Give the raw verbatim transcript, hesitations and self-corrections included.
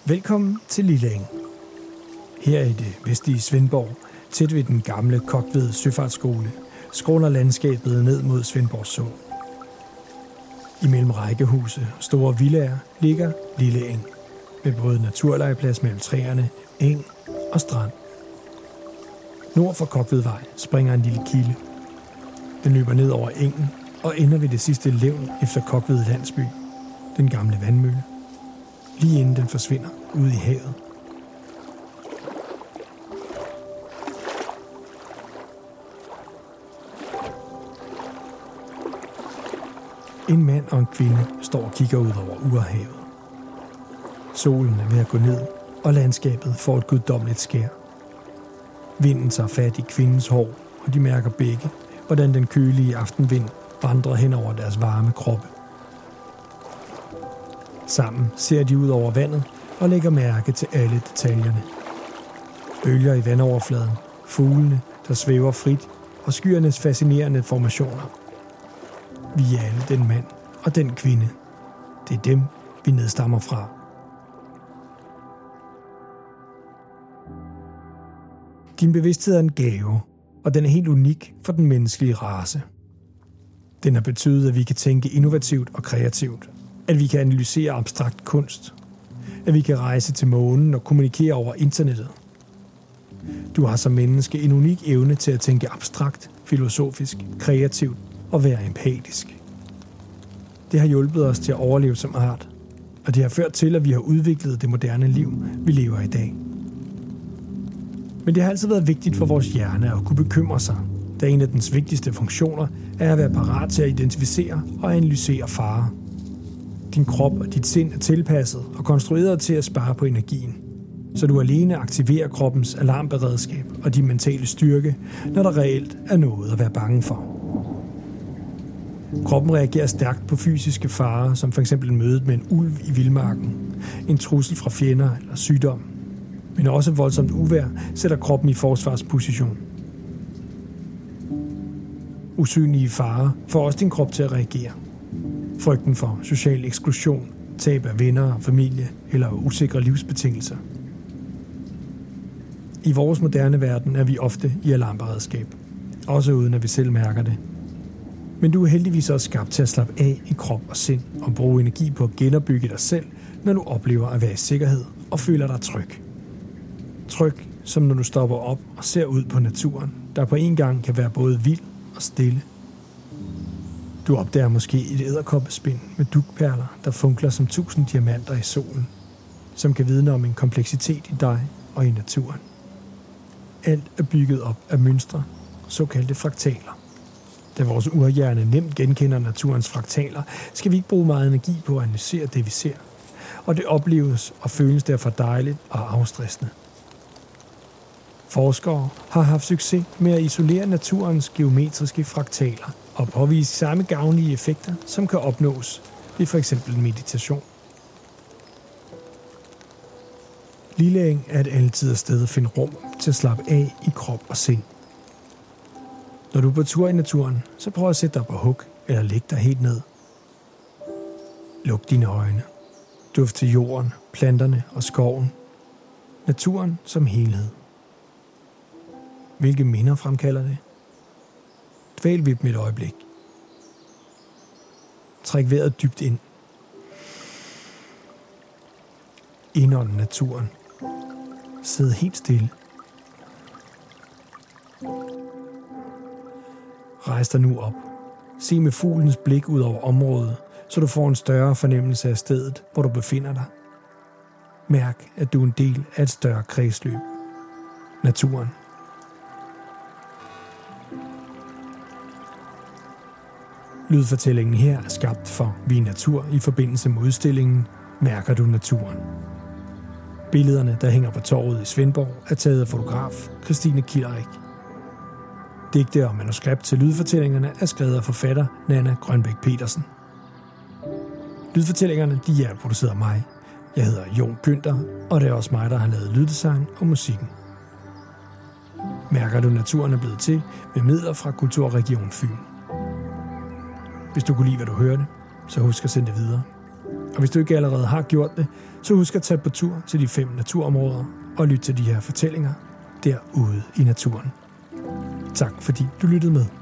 Velkommen til Lille Eng. Her i det vestlige Svendborg, tæt ved den gamle Kokved Søfartsskole, skråner landskabet ned mod Svendborg Sund. Imellem rækkehuse og store villaer ligger Lille Eng, med både naturlegeplads mellem træerne, eng og strand. Nord for Kokvedvej springer en lille kilde. Den løber ned over engen og ender ved det sidste levn efter Kokved landsby, den gamle vandmølle, lige inden den forsvinder ude i havet. En mand og en kvinde står og kigger ud over Urhavet. Solen er ved at gå ned, og landskabet får et guddommeligt skær. Vinden tager fat i kvindens hår, og de mærker begge, hvordan den kølige aftenvind vandrer hen over deres varme kroppe. Sammen ser de ud over vandet og lægger mærke til alle detaljerne. Bølger i vandoverfladen, fuglene, der svæver frit, og skyernes fascinerende formationer. Vi er alle den mand og den kvinde. Det er dem, vi nedstammer fra. Din bevidsthed er en gave, og den er helt unik for den menneskelige race. Den har betydet, at vi kan tænke innovativt og kreativt, at vi kan analysere abstrakt kunst, at vi kan rejse til månen og kommunikere over internettet. Du har som menneske en unik evne til at tænke abstrakt, filosofisk, kreativt og være empatisk. Det har hjulpet os til at overleve som art, og det har ført til, at vi har udviklet det moderne liv, vi lever i dag. Men det har altid været vigtigt for vores hjerne at kunne bekymre sig, da en af dens vigtigste funktioner er at være parat til at identificere og analysere farer. Din krop og dit sind er tilpasset og konstrueret til at spare på energien, så du alene aktiverer kroppens alarmberedskab og din mentale styrke, når der reelt er noget at være bange for. Kroppen reagerer stærkt på fysiske farer, som f.eks. mødet med en ulv i vildmarken, en trussel fra fjender eller sygdom. Men også voldsomt uvejr sætter kroppen i forsvarsposition. Usynlige farer får også din krop til at reagere. Frygten for social eksklusion, tab af venner og familie eller usikre livsbetingelser. I vores moderne verden er vi ofte i alarmberedskab, også uden at vi selv mærker det. Men du er heldigvis også skabt til at slappe af i krop og sind og bruge energi på at genopbygge dig selv, når du oplever at være i sikkerhed og føler dig tryg. Tryg, som når du stopper op og ser ud på naturen, der på en gang kan være både vild og stille. Du opdager måske et edderkoppespind med dugperler, der funkler som tusind diamanter i solen, som kan vidne om en kompleksitet i dig og i naturen. Alt er bygget op af mønstre, såkaldte fraktaler. Da vores urhjerne nemt genkender naturens fraktaler, skal vi ikke bruge meget energi på at analysere det, vi ser. Og det opleves og føles derfor dejligt og afstressende. Forskere har haft succes med at isolere naturens geometriske fraktaler og påvise samme gavnlige effekter, som kan opnås ved for eksempel meditation. Lille Eng er et altid sted at finde rum til at slappe af i krop og sind. Når du er på tur i naturen, så prøv at sætte dig på hug eller læg dig helt ned. Luk dine øjne. Duft til jorden, planterne og skoven. Naturen som helhed. Hvilke minder fremkalder det? Dvæl ved dem et øjeblik. Træk vejret dybt ind. Indånd naturen. Sid helt stille. Rejs dig nu op. Se med fuglens blik ud over området, så du får en større fornemmelse af stedet, hvor du befinder dig. Mærk, at du er en del af et større kredsløb. Naturen. Lydfortællingen her er skabt for Vi Natur i forbindelse med udstillingen Mærker du naturen? Billederne, der hænger på torvet i Svendborg, er taget af fotograf Christine Kilderik. Digte og manuskript til lydfortællingerne er skrevet af forfatter Nanna Grønbæk Petersen. Lydfortællingerne de er produceret af mig. Jeg hedder Jon Günther, og det er også mig, der har lavet lyddesign og musikken. Mærker du naturen er blevet til med midler fra Kulturregion Fyn. Hvis du kunne lide, hvad du hørte, så husk at sende det videre. Og hvis du ikke allerede har gjort det, så husk at tage på tur til de fem naturområder og lytte til de her fortællinger derude i naturen. Tak fordi du lyttede med.